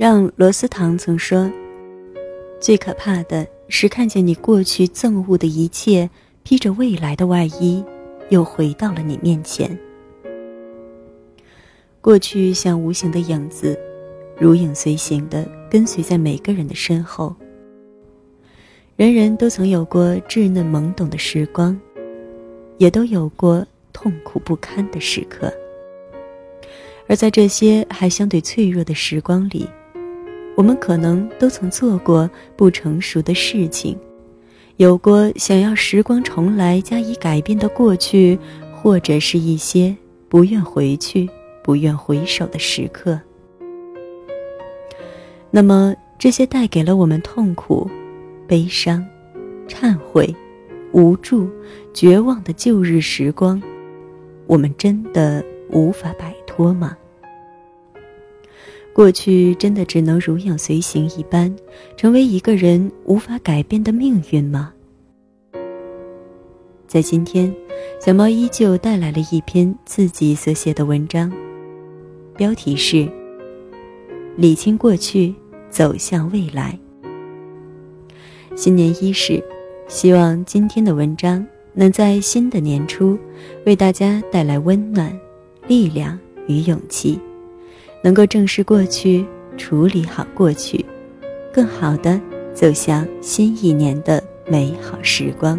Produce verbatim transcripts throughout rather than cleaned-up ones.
让罗斯唐曾说，最可怕的是看见你过去憎恶的一切披着未来的外衣又回到了你面前。过去像无形的影子，如影随形地跟随在每个人的身后。人人都曾有过稚嫩懵懂的时光，也都有过痛苦不堪的时刻。而在这些还相对脆弱的时光里，我们可能都曾做过不成熟的事情，有过想要时光重来加以改变的过去，或者是一些不愿回去不愿回首的时刻。那么这些带给了我们痛苦、悲伤、忏悔、无助、绝望的旧日时光，我们真的无法摆脱吗？过去真的只能如影随形一般，成为一个人无法改变的命运吗？在今天，小猫依旧带来了一篇自己所写的文章，标题是理清过去，走向未来。新年伊始，希望今天的文章能在新的年初为大家带来温暖、力量与勇气，能够正视过去，处理好过去，更好地走向新一年的美好时光。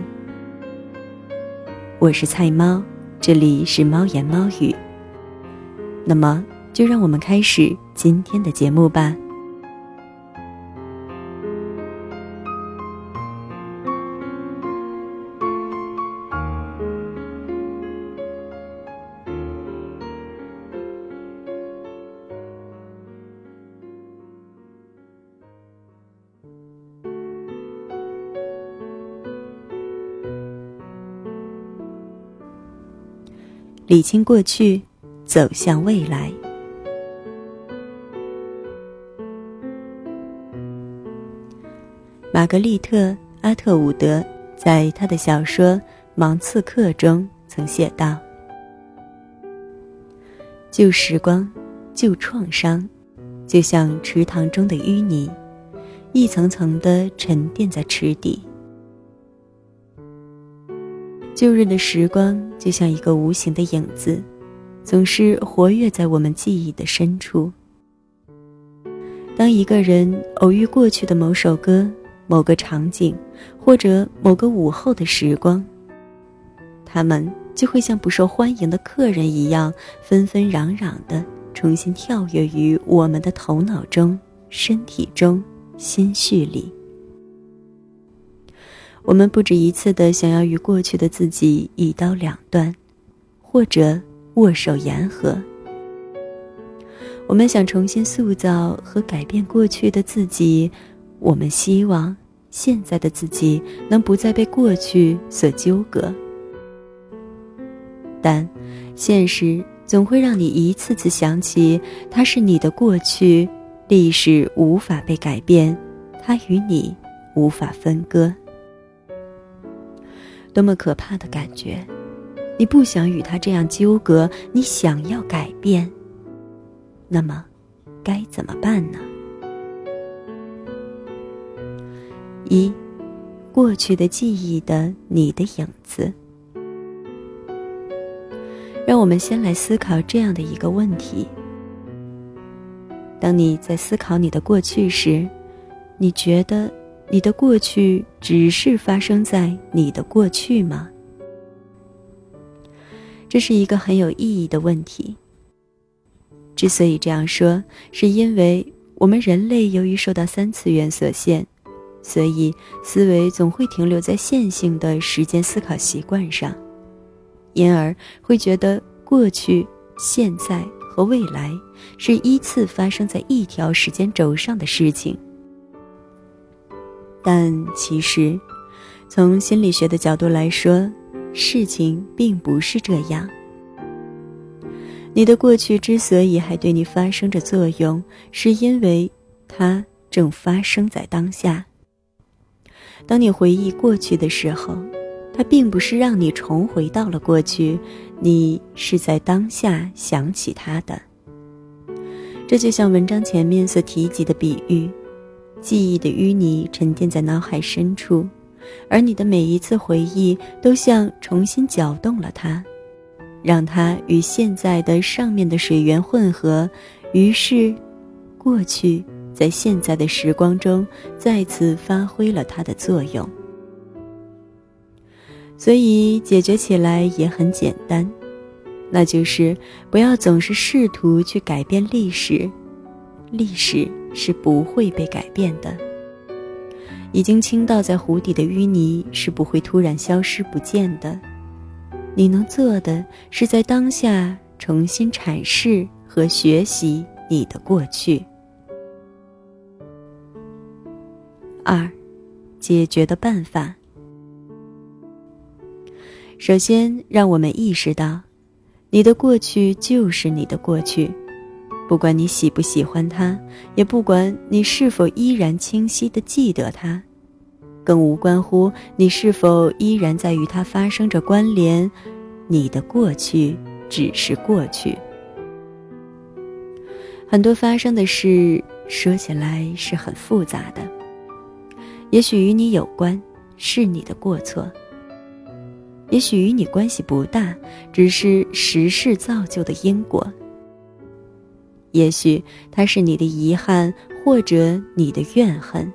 我是菜猫，这里是猫言猫语。那么就让我们开始今天的节目吧。理清过去，走向未来。玛格丽特·阿特伍德在他的小说《盲刺客》中曾写道：旧时光，旧创伤，就像池塘中的淤泥，一层层地沉淀在池底。旧日的时光就像一个无形的影子，总是活跃在我们记忆的深处。当一个人偶遇过去的某首歌、某个场景，或者某个午后的时光，他们就会像不受欢迎的客人一样，纷纷攘攘地重新跳跃于我们的头脑中、身体中、心绪里。我们不止一次地想要与过去的自己一刀两断，或者握手言和。我们想重新塑造和改变过去的自己，我们希望现在的自己能不再被过去所纠葛。但现实总会让你一次次想起，它是你的过去，历史无法被改变，它与你无法分割。多么可怕的感觉！你不想与他这样纠葛，你想要改变，那么该怎么办呢？一，过去的记忆的你的影子。让我们先来思考这样的一个问题：当你在思考你的过去时，你觉得你的过去只是发生在你的过去吗？这是一个很有意义的问题。之所以这样说，是因为我们人类由于受到三次元所限，所以思维总会停留在线性的时间思考习惯上，因而会觉得过去、现在和未来是依次发生在一条时间轴上的事情。但其实，从心理学的角度来说，事情并不是这样。你的过去之所以还对你发生着作用，是因为它正发生在当下。当你回忆过去的时候，它并不是让你重回到了过去，你是在当下想起它的。 这就像文章前面所提及的比喻，记忆的淤泥沉淀在脑海深处，而你的每一次回忆都像重新搅动了它，让它与现在的上面的水源混合，于是过去在现在的时光中再次发挥了它的作用。所以解决起来也很简单，那就是不要总是试图去改变历史，历史是不会被改变的。已经倾倒在湖底的淤泥是不会突然消失不见的，你能做的是在当下重新阐释和学习你的过去。二，解决的办法。首先，让我们意识到，你的过去就是你的过去，不管你喜不喜欢它，也不管你是否依然清晰地记得它，更无关乎你是否依然在与它发生着关联，你的过去只是过去。很多发生的事说起来是很复杂的，也许与你有关，是你的过错，也许与你关系不大，只是时势造就的因果，也许它是你的遗憾，或者你的怨恨。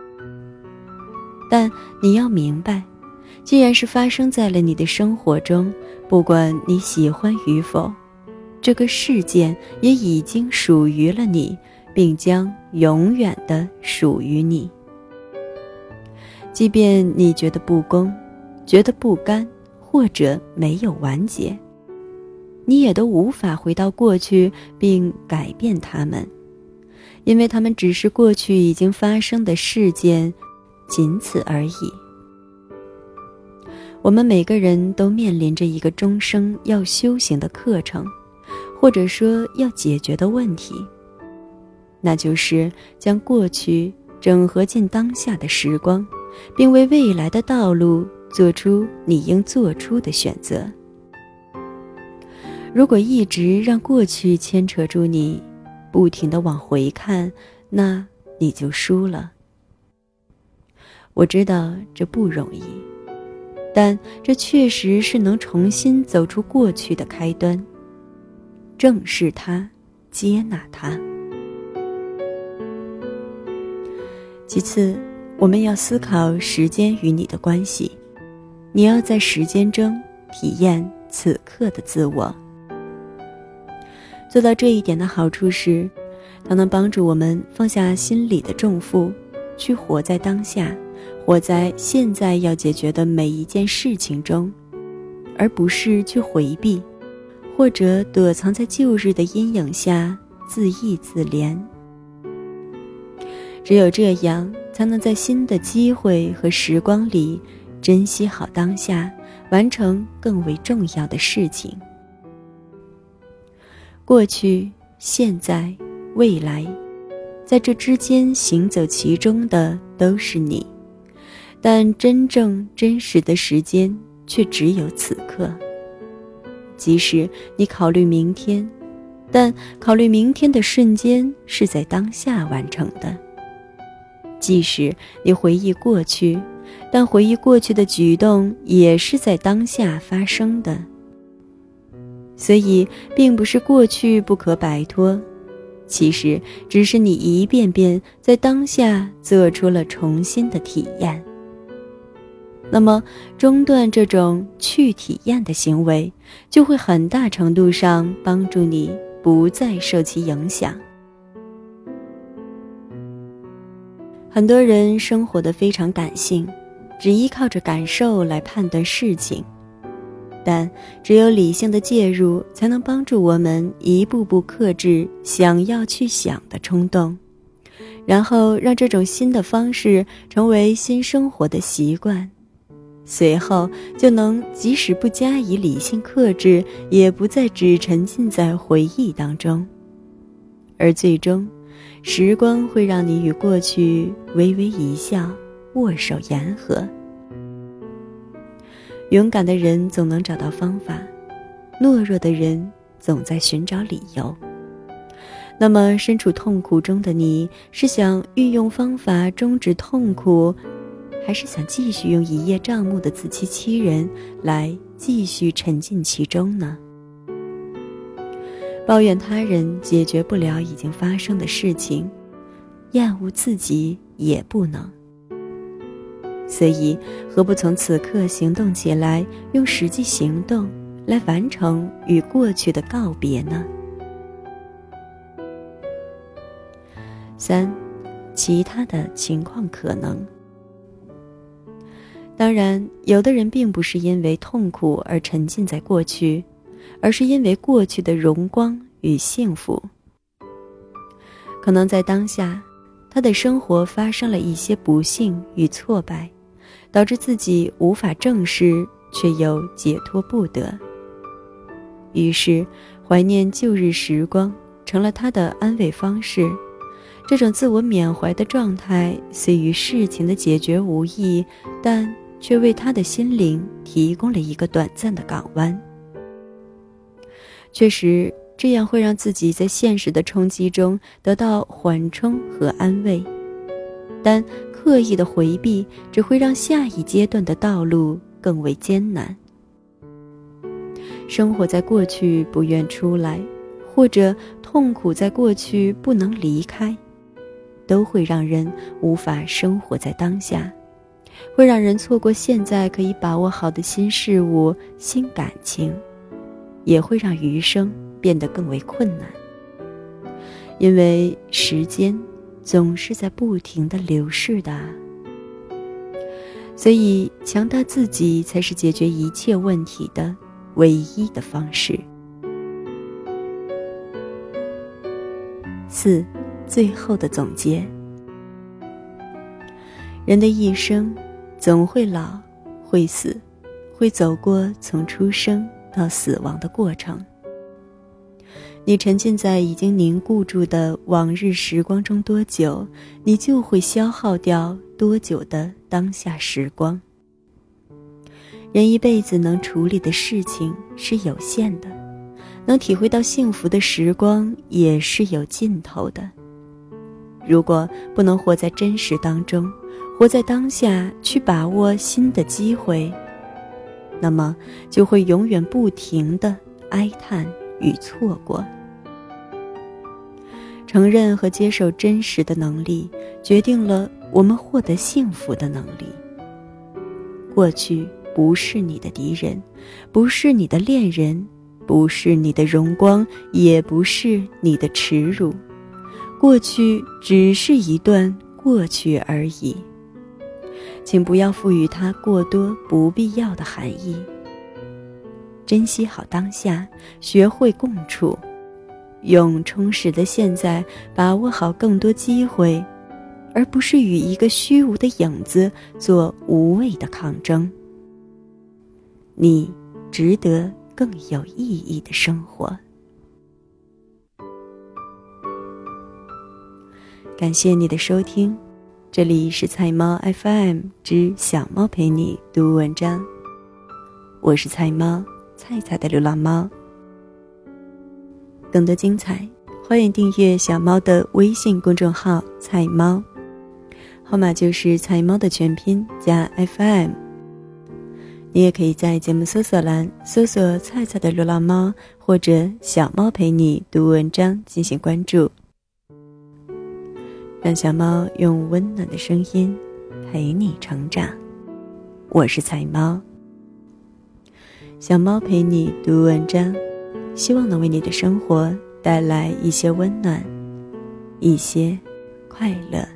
但你要明白，既然是发生在了你的生活中，不管你喜欢与否，这个事件也已经属于了你，并将永远的属于你。即便你觉得不公，觉得不甘，或者没有完结，你也都无法回到过去并改变它们，因为它们只是过去已经发生的事件，仅此而已。我们每个人都面临着一个终生要修行的课程，或者说要解决的问题，那就是将过去整合进当下的时光，并为未来的道路做出你应做出的选择。如果一直让过去牵扯住你，不停地往回看，那你就输了。我知道这不容易，但这确实是能重新走出过去的开端。正视它，接纳它。其次，我们要思考时间与你的关系，你要在时间中体验此刻的自我。做到这一点的好处是，它能帮助我们放下心理的重负，去活在当下，活在现在要解决的每一件事情中，而不是去回避，或者躲藏在旧日的阴影下自缢自怜。只有这样，才能在新的机会和时光里珍惜好当下，完成更为重要的事情。过去、现在、未来，在这之间行走其中的都是你，但真正真实的时间却只有此刻。即使你考虑明天，但考虑明天的瞬间是在当下完成的。即使你回忆过去，但回忆过去的举动也是在当下发生的。所以并不是过去不可摆脱，其实只是你一遍遍在当下做出了重新的体验。那么中断这种去体验的行为，就会很大程度上帮助你不再受其影响。很多人生活得非常感性，只依靠着感受来判断事情，但只有理性的介入，才能帮助我们一步步克制想要去想的冲动，然后让这种新的方式成为新生活的习惯，随后就能即使不加以理性克制，也不再只沉浸在回忆当中，而最终时光会让你与过去微微一笑，握手言和。勇敢的人总能找到方法，懦弱的人总在寻找理由。 那么身处痛苦中的你，是想运用方法终止痛苦，还是想继续用一叶障目的自欺欺人来继续沉浸其中呢？抱怨他人解决不了已经发生的事情，厌恶自己也不能。所以何不从此刻行动起来，用实际行动来完成与过去的告别呢？三，其他的情况可能。当然，有的人并不是因为痛苦而沉浸在过去，而是因为过去的荣光与幸福。可能在当下，他的生活发生了一些不幸与挫败，导致自己无法正视，却又解脱不得。于是怀念旧日时光成了他的安慰方式。这种自我缅怀的状态虽与事情的解决无异，但却为他的心灵提供了一个短暂的港湾。确实，这样会让自己在现实的冲击中得到缓冲和安慰，但刻意的回避只会让下一阶段的道路更为艰难。生活在过去不愿出来，或者痛苦在过去不能离开，都会让人无法生活在当下，会让人错过现在可以把握好的新事物、新感情，也会让余生变得更为困难。因为时间总是在不停地流逝的啊，所以强大自己才是解决一切问题的唯一的方式。四，最后的总结。人的一生总会老，会死，会走过从出生到死亡的过程。你沉浸在已经凝固住的往日时光中多久，你就会消耗掉多久的当下时光。人一辈子能处理的事情是有限的，能体会到幸福的时光也是有尽头的。如果不能活在真实当中，活在当下，去把握新的机会，那么就会永远不停地哀叹与错过。承认和接受真实的能力，决定了我们获得幸福的能力。过去不是你的敌人，不是你的恋人，不是你的荣光，也不是你的耻辱。过去只是一段过去而已，请不要赋予它过多不必要的含义。珍惜好当下，学会共处，用充实的现在把握好更多机会，而不是与一个虚无的影子做无谓的抗争。你值得更有意义的生活。感谢你的收听，这里是菜猫 F M 之小猫陪你读文章，我是菜猫，菜菜的流浪猫。更多精彩，欢迎订阅小猫的微信公众号菜猫，号码就是菜猫的全拼加 F M。 你也可以在节目搜索栏搜索菜菜的流浪猫或者小猫陪你读文章进行关注，让小猫用温暖的声音陪你成长。我是菜猫，小猫陪你读文章，希望能为你的生活带来一些温暖，一些快乐。